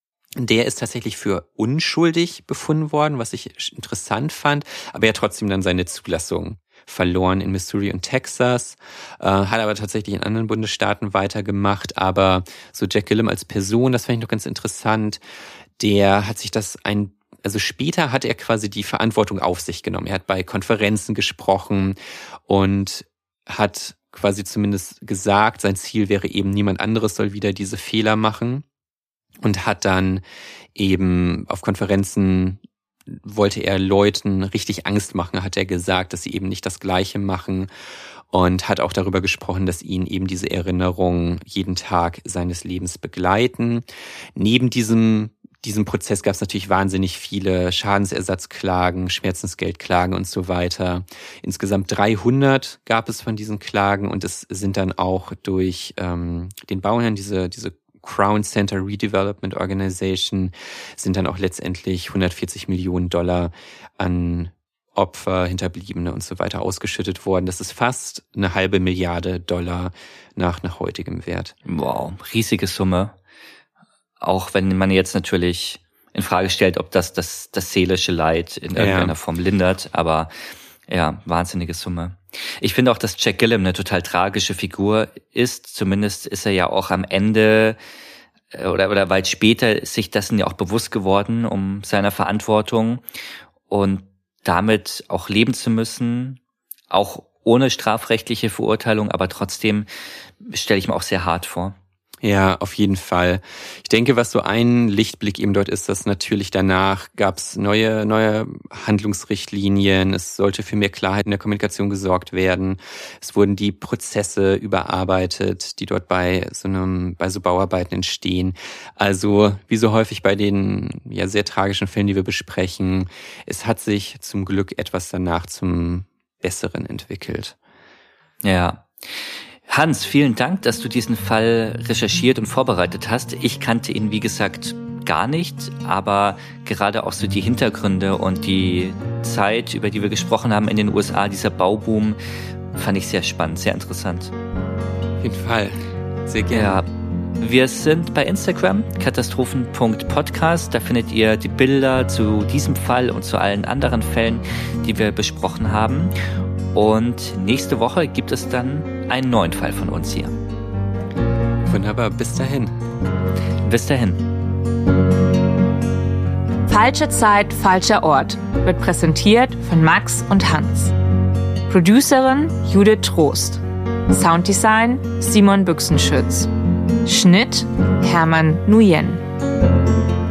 der ist tatsächlich für unschuldig befunden worden, was ich interessant fand, aber er hat trotzdem dann seine Zulassung verloren in Missouri und Texas, äh, hat aber tatsächlich in anderen Bundesstaaten weitergemacht. Aber so Jack Gillam als Person, das fand ich noch ganz interessant, der hat sich das ein Also später hat er quasi die Verantwortung auf sich genommen. Er hat bei Konferenzen gesprochen und hat quasi zumindest gesagt, sein Ziel wäre eben, niemand anderes soll wieder diese Fehler machen. Und hat dann eben auf Konferenzen, wollte er Leuten richtig Angst machen, hat er gesagt, dass sie eben nicht das Gleiche machen. Und hat auch darüber gesprochen, dass ihn eben diese Erinnerungen jeden Tag seines Lebens begleiten. Neben diesem diesem Prozess gab es natürlich wahnsinnig viele Schadensersatzklagen, Schmerzensgeldklagen und so weiter. Insgesamt dreihundert gab es von diesen Klagen und es sind dann auch durch ähm, den Bauherrn, diese diese Crown Center Redevelopment Organization, sind dann auch letztendlich hundertvierzig Millionen Dollar an Opfer, Hinterbliebene und so weiter ausgeschüttet worden. Das ist fast eine halbe Milliarde Dollar nach, nach heutigem Wert. Wow, riesige Summe. Auch wenn man jetzt natürlich in Frage stellt, ob das das, das seelische Leid in irgendeiner ja. Form lindert, aber ja, wahnsinnige Summe. Ich finde auch, dass Jack Gillam eine total tragische Figur ist. Zumindest ist er ja auch am Ende oder, oder weit später sich dessen ja auch bewusst geworden, um seiner Verantwortung und damit auch leben zu müssen, auch ohne strafrechtliche Verurteilung, aber trotzdem stelle ich mir auch sehr hart vor. Ja, auf jeden Fall. Ich denke, was so ein Lichtblick eben dort ist, dass natürlich danach gab es neue neue Handlungsrichtlinien. Es sollte für mehr Klarheit in der Kommunikation gesorgt werden. Es wurden die Prozesse überarbeitet, die dort bei so einem bei so Bauarbeiten entstehen. Also wie so häufig bei den ja sehr tragischen Fällen, die wir besprechen, es hat sich zum Glück etwas danach zum Besseren entwickelt. Ja. Hans, vielen Dank, dass du diesen Fall recherchiert und vorbereitet hast. Ich kannte ihn, wie gesagt, gar nicht, aber gerade auch so die Hintergründe und die Zeit, über die wir gesprochen haben in den U S A, dieser Bauboom, fand ich sehr spannend, sehr interessant. Auf jeden Fall, sehr gerne. Ja, wir sind bei Instagram, katastrophen punkt podcast. Da findet ihr die Bilder zu diesem Fall und zu allen anderen Fällen, die wir besprochen haben. Und nächste Woche gibt es dann einen neuen Fall von uns hier. Wunderbar, bis dahin. Bis dahin. Falsche Zeit, falscher Ort wird präsentiert von Max und Hans. Producerin Judith Trost. Sounddesign Simon Büchsenschütz. Schnitt Hermann Nguyen.